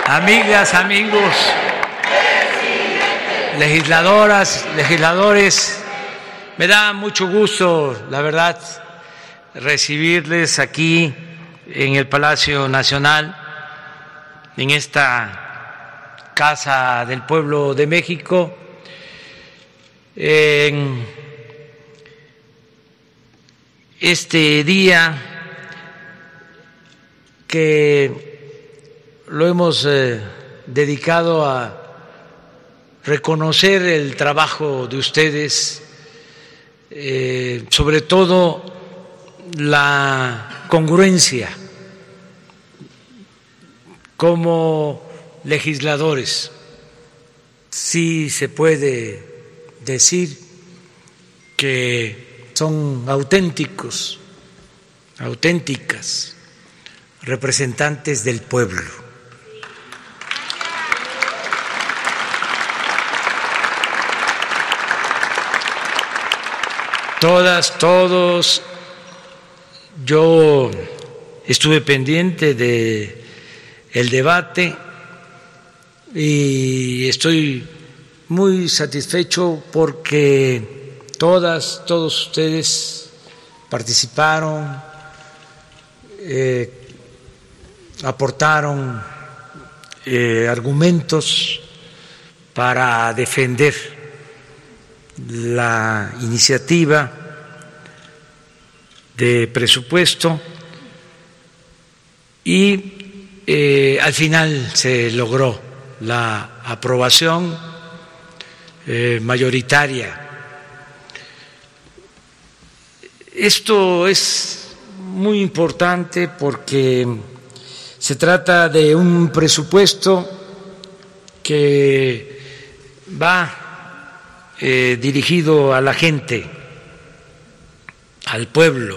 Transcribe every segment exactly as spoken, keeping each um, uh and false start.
amigas, amigos, legisladoras, legisladores, me da mucho gusto, la verdad, recibirles aquí en el Palacio Nacional, en esta Casa del Pueblo de México, en este día que lo hemos eh, dedicado a reconocer el trabajo de ustedes, eh, sobre todo la congruencia como legisladores. Sí se puede decir que son auténticos, auténticas representantes del pueblo. Todas, todos, yo estuve pendiente de el debate y estoy muy satisfecho porque todas, todos ustedes participaron, eh, aportaron eh, argumentos para defender la iniciativa de presupuesto y eh, al final se logró la aprobación eh, mayoritaria. Esto es muy importante porque se trata de un presupuesto que va eh, dirigido a la gente, al pueblo,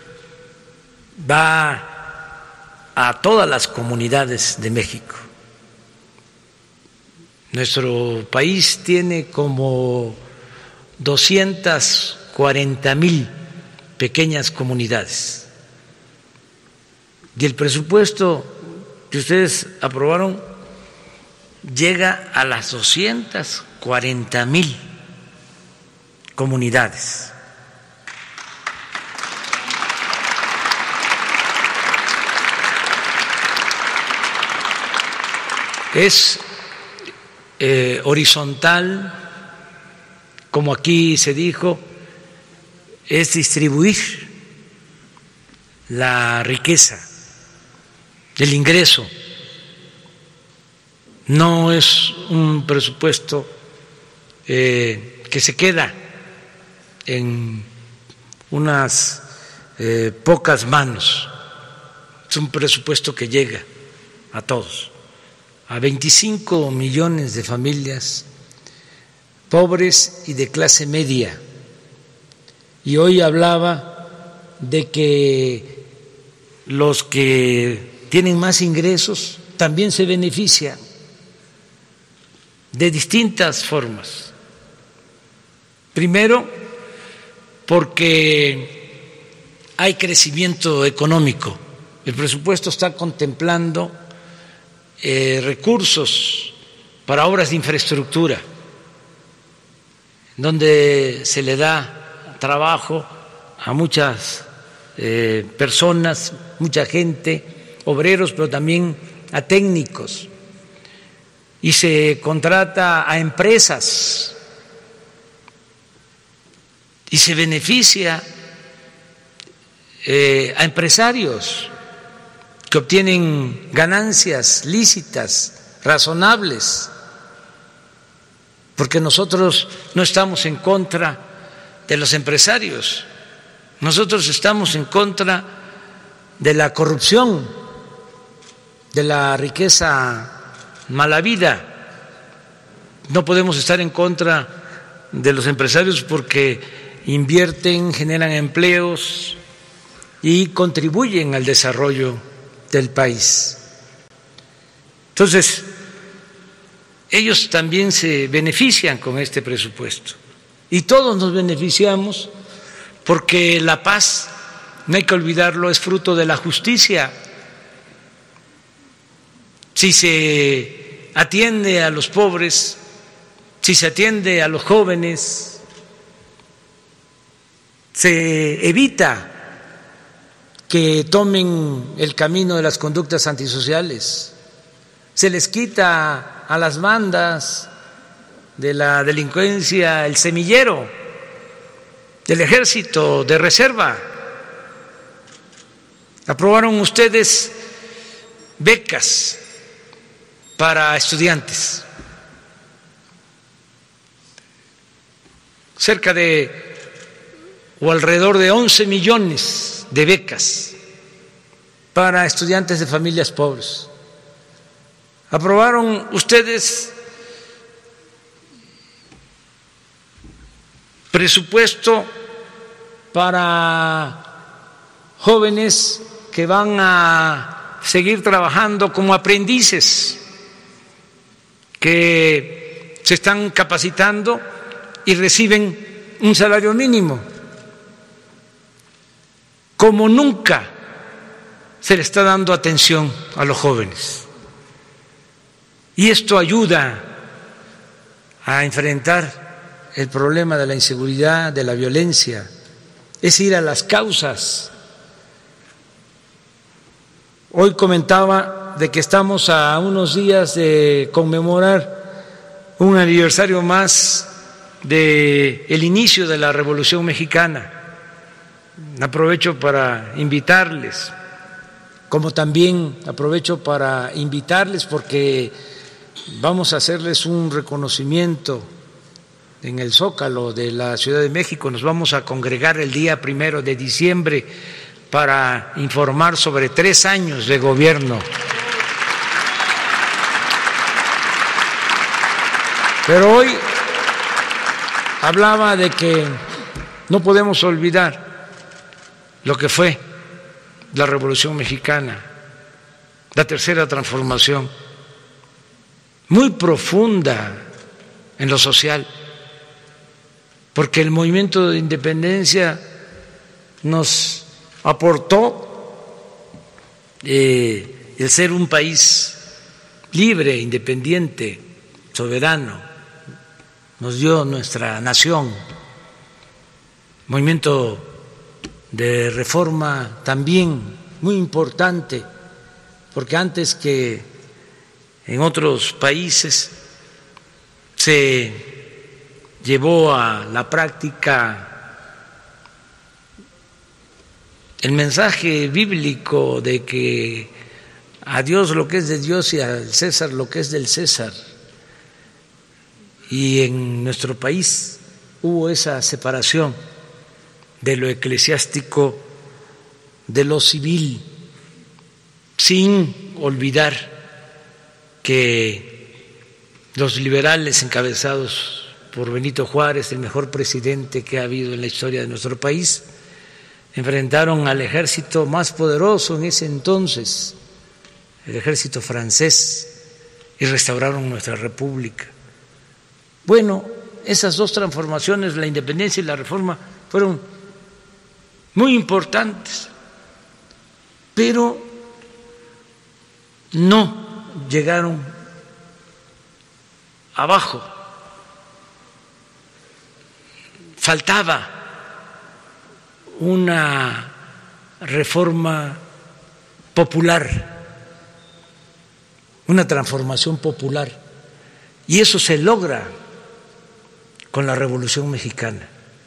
va a todas las comunidades de México. Nuestro país tiene como doscientas cuarenta mil pequeñas comunidades y el presupuesto que ustedes aprobaron llega a las doscientas cuarenta mil comunidades. Es eh, horizontal, como aquí se dijo, es distribuir la riqueza, el ingreso. No es un presupuesto eh, que se queda en unas eh, pocas manos, es un presupuesto que llega a todos, a veinticinco millones de familias pobres y de clase media. Y hoy hablaba de que los que tienen más ingresos también se benefician de distintas formas. Primero, porque hay crecimiento económico. El presupuesto está contemplando eh, recursos para obras de infraestructura, donde se le da trabajo a muchas eh, personas, mucha gente, obreros, pero también a técnicos, y se contrata a empresas y se beneficia eh, a empresarios que obtienen ganancias lícitas, razonables, porque nosotros no estamos en contra de los empresarios, nosotros estamos en contra de la corrupción, de la riqueza mala vida. No podemos estar en contra de los empresarios porque invierten, generan empleos y contribuyen al desarrollo del país. Entonces, ellos también se benefician con este presupuesto y todos nos beneficiamos porque la paz, no hay que olvidarlo, es fruto de la justicia. si se atiende a los pobres, si se atiende a los jóvenes, se evita que tomen el camino de las conductas antisociales, se les quita a las bandas de la delincuencia el semillero del ejército de reserva. Aprobaron ustedes becas para estudiantes, cerca de o alrededor de once millones de becas para estudiantes de familias pobres. Aprobaron ustedes presupuesto para jóvenes que van a seguir trabajando como aprendices, que se están capacitando y reciben un salario mínimo. Como nunca se le está dando atención a los jóvenes. Y esto ayuda a enfrentar el problema de la inseguridad, de la violencia, es ir a las causas. Hoy comentaba de que estamos a unos días de conmemorar un aniversario más del inicio de la Revolución Mexicana. Aprovecho para invitarles, como también aprovecho para invitarles porque vamos a hacerles un reconocimiento en el Zócalo de la Ciudad de México. Nos vamos a congregar el día primero de diciembre para informar sobre tres años de gobierno. Pero hoy hablaba de que no podemos olvidar lo que fue la Revolución Mexicana, la tercera transformación, muy profunda en lo social, porque el movimiento de independencia nos aportó eh, el ser un país libre, independiente, soberano, nos dio nuestra nación, movimiento de reforma también muy importante, porque antes que en otros países se llevó a la práctica el mensaje bíblico de que a Dios lo que es de Dios y al César lo que es del César, y en nuestro país hubo esa separación de lo eclesiástico de lo civil, sin olvidar que los liberales encabezados por Benito Juárez, el mejor presidente que ha habido en la historia de nuestro país, enfrentaron al ejército más poderoso en ese entonces, el ejército francés, y restauraron nuestra república. Bueno, esas dos transformaciones, la independencia y la reforma, fueron muy importantes, pero no llegaron abajo. Faltaba una reforma popular, una transformación popular, y eso se logra con la Revolución Mexicana.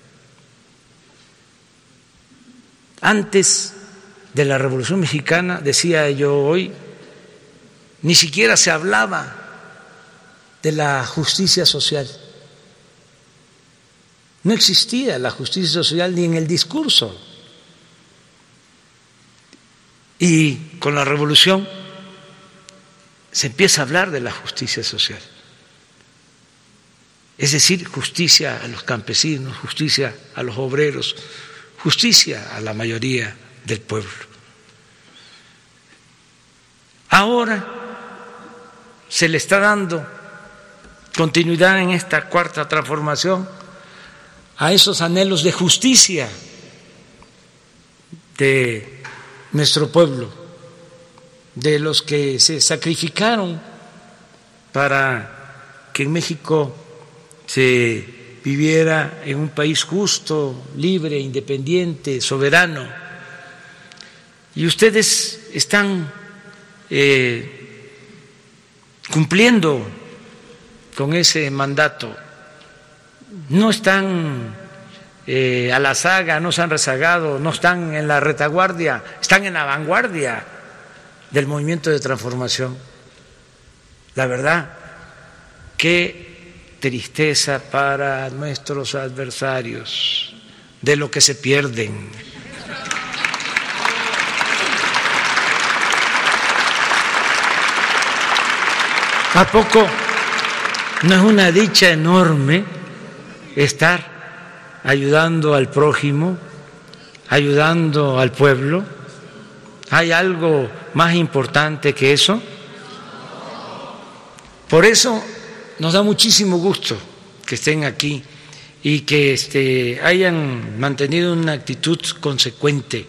Antes de la Revolución Mexicana, decía yo hoy, ni siquiera se hablaba de la justicia social. No existía la justicia social ni en el discurso. Y con la Revolución se empieza a hablar de la justicia social. Es decir, justicia a los campesinos, justicia a los obreros, justicia a la mayoría del pueblo. Ahora se le está dando continuidad en esta cuarta transformación a esos anhelos de justicia de nuestro pueblo. de los que se sacrificaron para que en México se viviera en un país justo, libre, independiente, soberano. Y ustedes están eh, cumpliendo con ese mandato. No están eh, a la saga, no se han rezagado, no están en la retaguardia, están en la vanguardia del movimiento de transformación. La verdad, qué tristeza para nuestros adversarios de lo que se pierden. ¿A poco no es una dicha enorme estar ayudando al prójimo, ayudando al pueblo? ¿Hay algo más importante que eso? Por eso nos da muchísimo gusto que estén aquí y que este, hayan mantenido una actitud consecuente,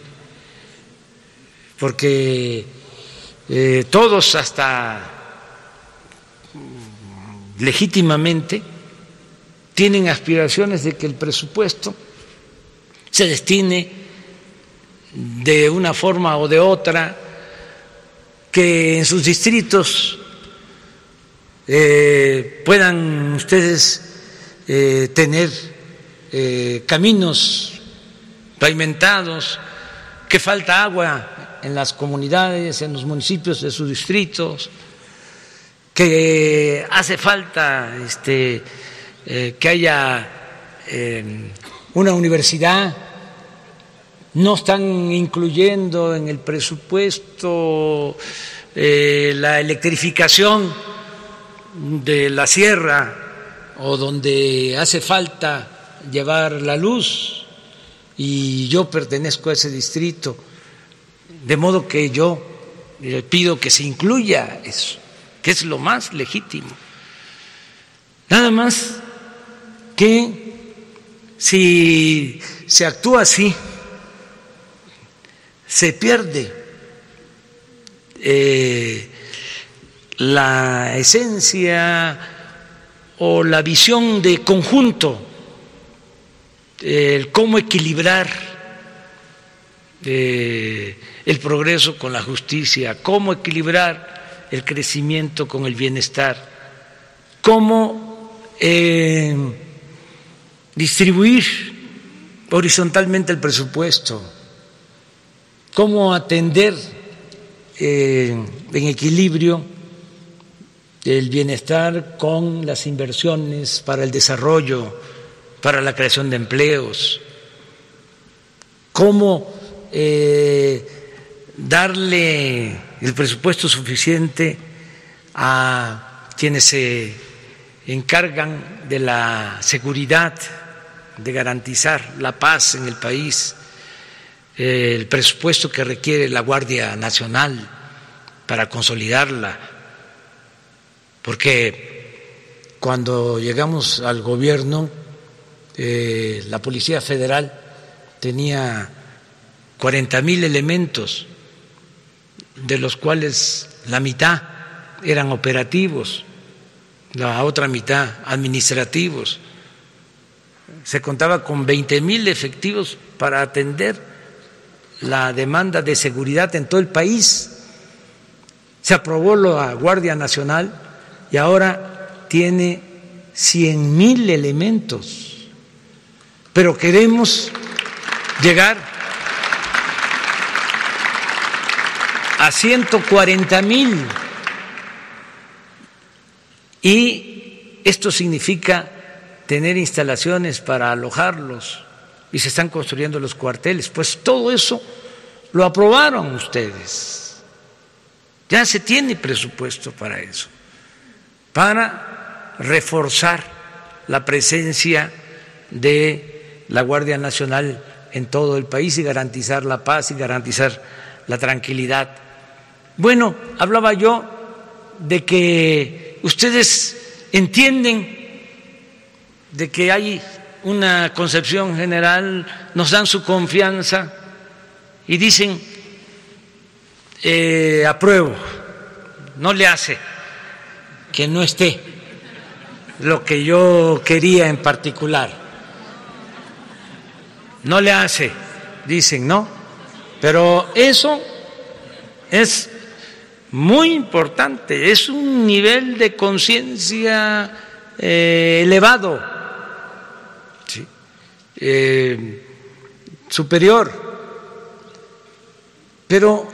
porque eh, todos hasta legítimamente tienen aspiraciones de que el presupuesto se destine de una forma o de otra, que en sus distritos eh, puedan ustedes eh, tener eh, caminos pavimentados, que falta agua en las comunidades, en los municipios de sus distritos, que hace falta este, eh, que haya eh, una universidad. No están incluyendo en el presupuesto eh, la electrificación de la sierra o donde hace falta llevar la luz, y yo pertenezco a ese distrito, de modo que yo le pido que se incluya eso, que es lo más legítimo. Nada más que si se actúa así, se pierde eh, la esencia o la visión de conjunto, el cómo equilibrar eh, el progreso con la justicia, cómo equilibrar el crecimiento con el bienestar, cómo eh, distribuir horizontalmente el presupuesto, cómo atender eh, en equilibrio el bienestar con las inversiones para el desarrollo, para la creación de empleos, cómo eh, darle el presupuesto suficiente a quienes se encargan de la seguridad, de garantizar la paz en el país, el presupuesto que requiere la Guardia Nacional para consolidarla, porque cuando llegamos al gobierno eh, la Policía Federal tenía cuarenta mil elementos, de los cuales la mitad eran operativos, la otra mitad administrativos. Se contaba con veinte mil efectivos para atender la demanda de seguridad en todo el país. Se aprobó la Guardia Nacional y ahora tiene cien mil elementos, pero queremos llegar a ciento cuarenta mil, y esto significa tener instalaciones para alojarlos, y se están construyendo los cuarteles. Pues todo eso lo aprobaron ustedes. Ya se tiene presupuesto para eso, para reforzar la presencia de la Guardia Nacional en todo el país y garantizar la paz y garantizar la tranquilidad. Bueno, hablaba yo de que ustedes entienden de que hay una concepción general, nos dan su confianza y dicen, eh, apruebo, no le hace que no esté lo que yo quería en particular. No le hace, dicen, ¿no? Pero eso es muy importante, es un nivel de conciencia eh, elevado, ¿sí? eh, superior. Pero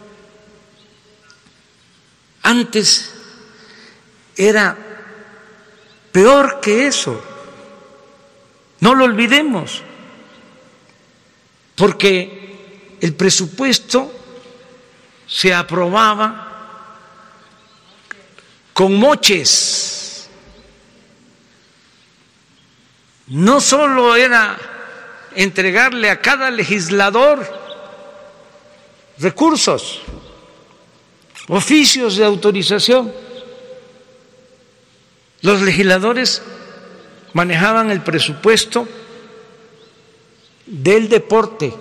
antes era peor que eso, no lo olvidemos, porque el presupuesto se aprobaba con moches. No solo era entregarle a cada legislador recursos, oficios de autorización. Los legisladores manejaban el presupuesto del deporte,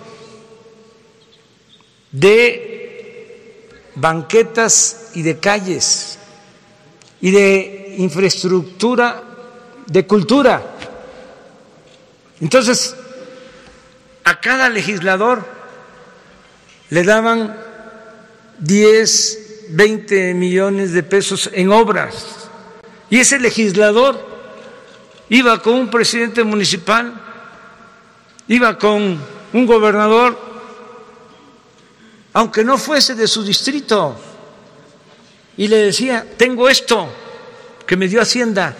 de banquetas y de calles, y de infraestructura de cultura. Entonces, a cada legislador le daban diez, veinte millones de pesos en obras, y ese legislador iba con un presidente municipal, iba con un gobernador, aunque no fuese de su distrito, y le decía: tengo esto que me dio Hacienda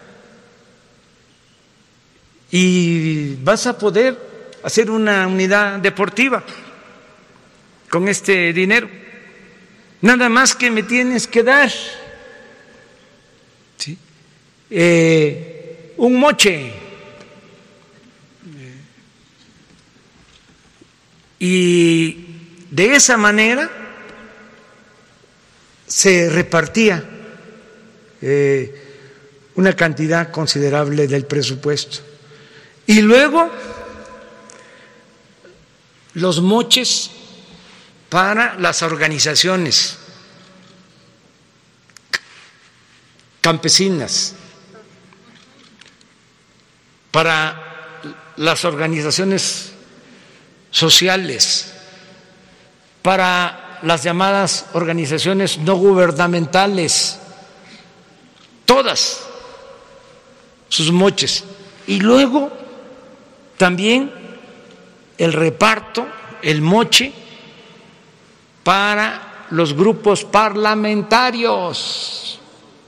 y vas a poder hacer una unidad deportiva con este dinero, nada más que me tienes que dar, ¿sí? eh, un moche. Y de esa manera se repartía eh, una cantidad considerable del presupuesto. Y luego los moches para las organizaciones campesinas, para las organizaciones sociales, para las llamadas organizaciones no gubernamentales, todas sus moches. Y luego también el reparto, el moche para los grupos parlamentarios.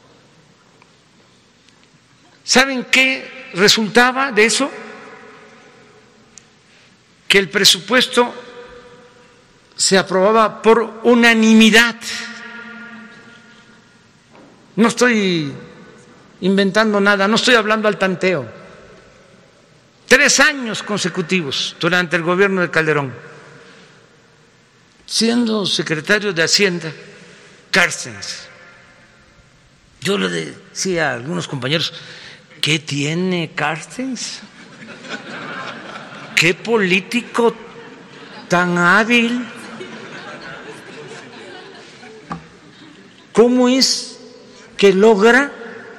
¿Saben qué resultaba de eso? Que el presupuesto se aprobaba por unanimidad. No estoy inventando nada, no estoy hablando al tanteo. Tres años consecutivos durante el gobierno de Calderón, siendo secretario de Hacienda Carstens. Yo le decía a algunos compañeros: ¿qué tiene Carstens? ¿Qué político tan hábil? ¿Cómo es que logra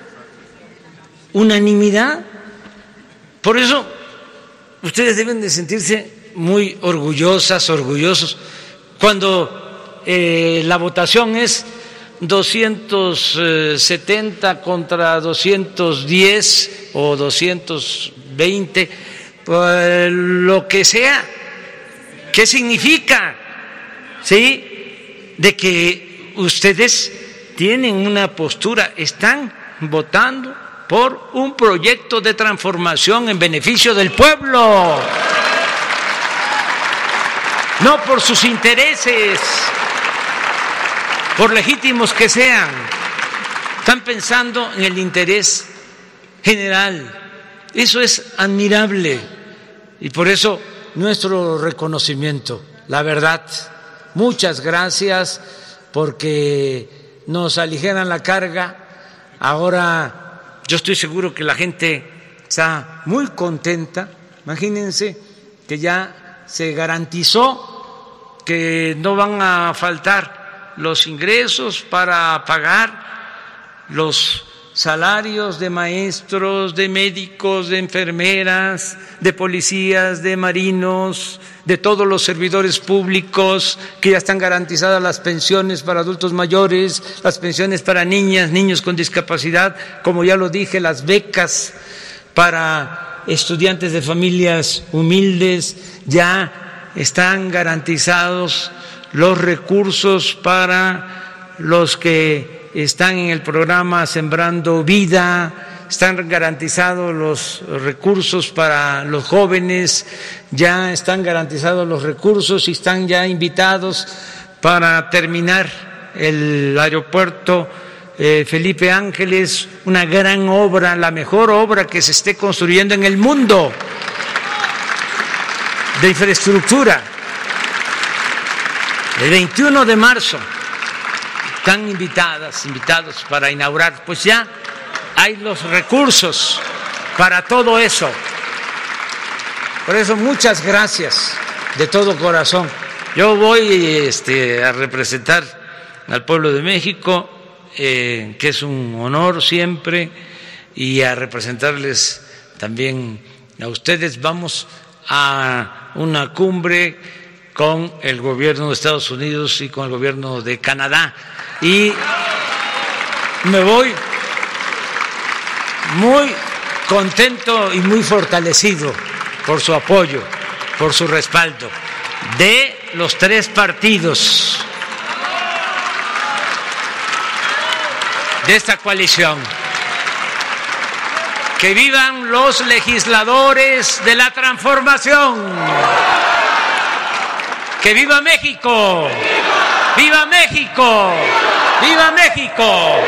unanimidad? Por eso ustedes deben de sentirse muy orgullosas, orgullosos, cuando eh, la votación es doscientos setenta contra doscientos diez o doscientos veinte, pues, lo que sea. ¿Qué significa? ¿Sí? De que ustedes tienen una postura, están votando por un proyecto de transformación en beneficio del pueblo, no por sus intereses, por legítimos que sean. Están pensando en el interés general. Eso es admirable y por eso nuestro reconocimiento. La verdad, muchas gracias, porque nos aligeran la carga. Ahora yo estoy seguro que la gente está muy contenta. Imagínense que ya se garantizó que no van a faltar los ingresos para pagar los salarios de maestros, de médicos, de enfermeras, de policías, de marinos, de todos los servidores públicos, que ya están garantizadas las pensiones para adultos mayores, las pensiones para niñas, niños con discapacidad, como ya lo dije, las becas para estudiantes de familias humildes, ya están garantizados los recursos para los que están en el programa Sembrando Vida, están garantizados los recursos para los jóvenes, ya están garantizados los recursos y están ya invitados para terminar el aeropuerto eh, Felipe Ángeles, una gran obra, la mejor obra que se esté construyendo en el mundo de infraestructura. El veintiuno de marzo están invitadas, invitados para inaugurar, pues ya hay los recursos para todo eso. Por eso muchas gracias de todo corazón. Yo voy este, a representar al pueblo de México, eh, que es un honor siempre, y a representarles también a ustedes. Vamos a una cumbre con el gobierno de Estados Unidos y con el gobierno de Canadá. Y me voy muy contento y muy fortalecido por su apoyo, por su respaldo de los tres partidos de esta coalición. Que vivan los legisladores de la transformación. ¡Que viva México! ¡Viva México! ¡Viva México!